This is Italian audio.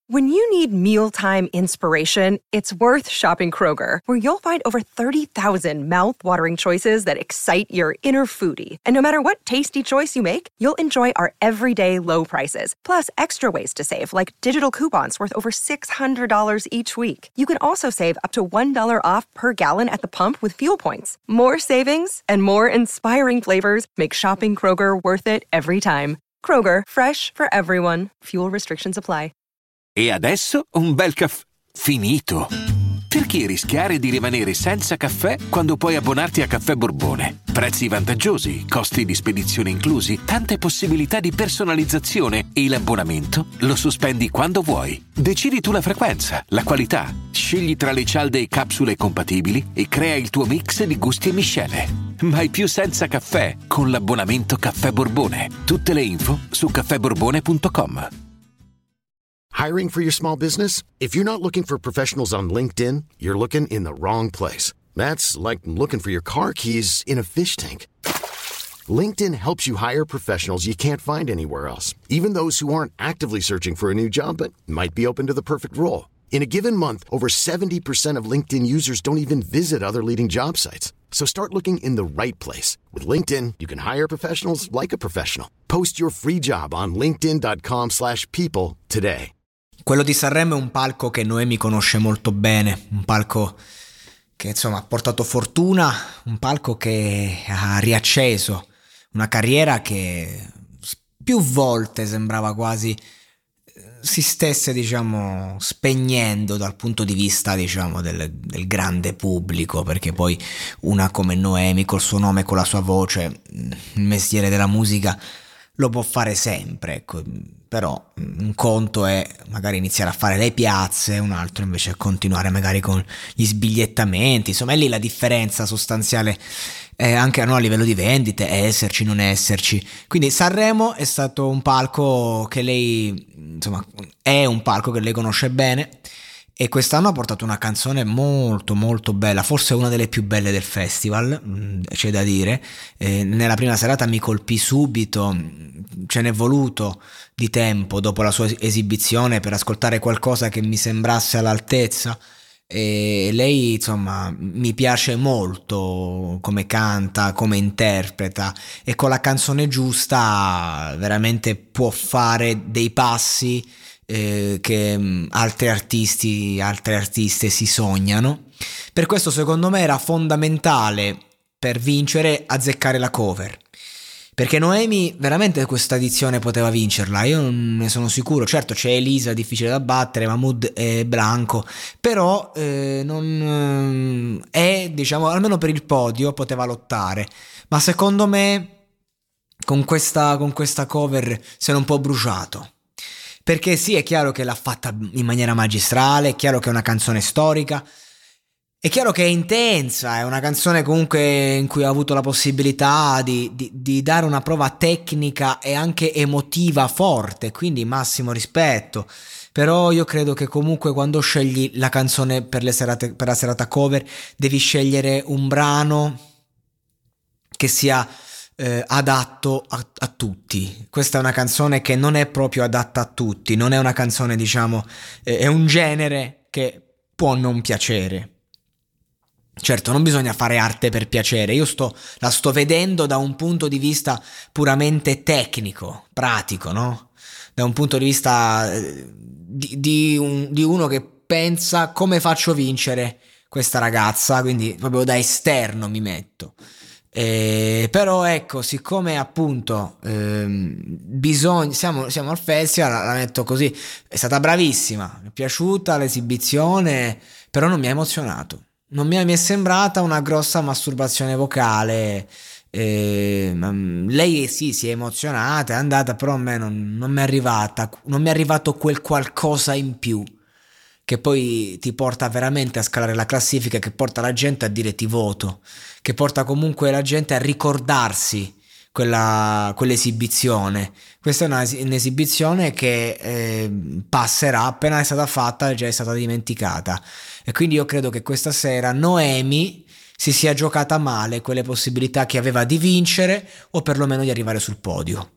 When you need mealtime inspiration, it's worth shopping Kroger, where you'll find over 30,000 mouth-watering choices that excite your inner foodie. And no matter what tasty choice you make, you'll enjoy our everyday low prices, plus extra ways to save, like digital coupons worth over $600 each week. You can also save up to $1 off per gallon at the pump with fuel points. More savings and more inspiring flavors make shopping Kroger worth it every time. Kroger, fresh for everyone. Fuel restrictions apply. E adesso un bel caffè finito. Perché rischiare di rimanere senza caffè quando puoi abbonarti a Caffè Borbone? Prezzi vantaggiosi, costi di spedizione inclusi, tante possibilità di personalizzazione e l'abbonamento lo sospendi quando vuoi. Decidi tu la frequenza, la qualità, scegli tra le cialde e capsule compatibili e crea il tuo mix di gusti e miscele. Mai più senza caffè con l'abbonamento Caffè Borbone. Tutte le info su caffèborbone.com. Hiring for your small business? If you're not looking for professionals on LinkedIn, you're looking in the wrong place. That's like looking for your car keys in a fish tank. LinkedIn helps you hire professionals you can't find anywhere else, even those who aren't actively searching for a new job but might be open to the perfect role. In a given month, over 70% of LinkedIn users don't even visit other leading job sites. So start looking in the right place. With LinkedIn, you can hire professionals like a professional. Post your free job on linkedin.com/people today. Quello di Sanremo è un palco che Noemi conosce molto bene, un palco che insomma ha portato fortuna, un palco che ha riacceso una carriera che più volte sembrava quasi si stesse, diciamo, spegnendo dal punto di vista, diciamo, del grande pubblico, perché poi una come Noemi, col suo nome, con la sua voce, il mestiere della musica lo può fare sempre, ecco. Però un conto è magari iniziare a fare le piazze, un altro invece è continuare magari con gli sbigliettamenti, insomma è lì la differenza sostanziale, anche a livello di vendite, è esserci, non esserci. Quindi Sanremo è stato un palco che lei, insomma, è un palco che lei conosce bene, e quest'anno ha portato una canzone molto molto bella, forse una delle più belle del festival, c'è da dire. Nella prima serata mi colpì subito, ce n'è voluto di tempo dopo la sua esibizione per ascoltare qualcosa che mi sembrasse all'altezza, e lei insomma mi piace molto come canta, come interpreta, e con la canzone giusta veramente può fare dei passi che altri artisti, altre artiste si sognano. Per questo secondo me era fondamentale, per vincere, azzeccare la cover, perché Noemi veramente questa edizione poteva vincerla, io non ne sono sicuro. Certo c'è Elisa, difficile da battere, Mahmood e Blanco, però non è, diciamo, almeno per il podio poteva lottare, ma secondo me con questa cover si è un po' bruciato. Perché sì, è chiaro che l'ha fatta in maniera magistrale, è chiaro che è una canzone storica, è chiaro che è intensa, è una canzone comunque in cui ha avuto la possibilità di dare una prova tecnica e anche emotiva forte, quindi massimo rispetto. Però io credo che comunque quando scegli la canzone per la serata cover devi scegliere un brano che sia adatto a tutti. Questa è una canzone che non è proprio adatta a tutti, non è una canzone, diciamo, è un genere che può non piacere. Certo, non bisogna fare arte per piacere, io la sto vedendo da un punto di vista puramente tecnico, pratico, no? Da un punto di vista di uno che pensa come faccio vincere questa ragazza, quindi proprio da esterno mi metto. Però ecco, siccome appunto siamo al festival, la metto così, è stata bravissima, mi è piaciuta l'esibizione, però non mi ha emozionato, mi è sembrata una grossa masturbazione vocale. Lei sì, si è emozionata, è andata, però a me non mi è arrivato quel qualcosa in più che poi ti porta veramente a scalare la classifica, che porta la gente a dire ti voto, che porta comunque la gente a ricordarsi quell'esibizione. Questa è un'esibizione che passerà, appena è stata fatta già è stata dimenticata, e quindi io credo che questa sera Noemi si sia giocata male quelle possibilità che aveva di vincere o perlomeno di arrivare sul podio.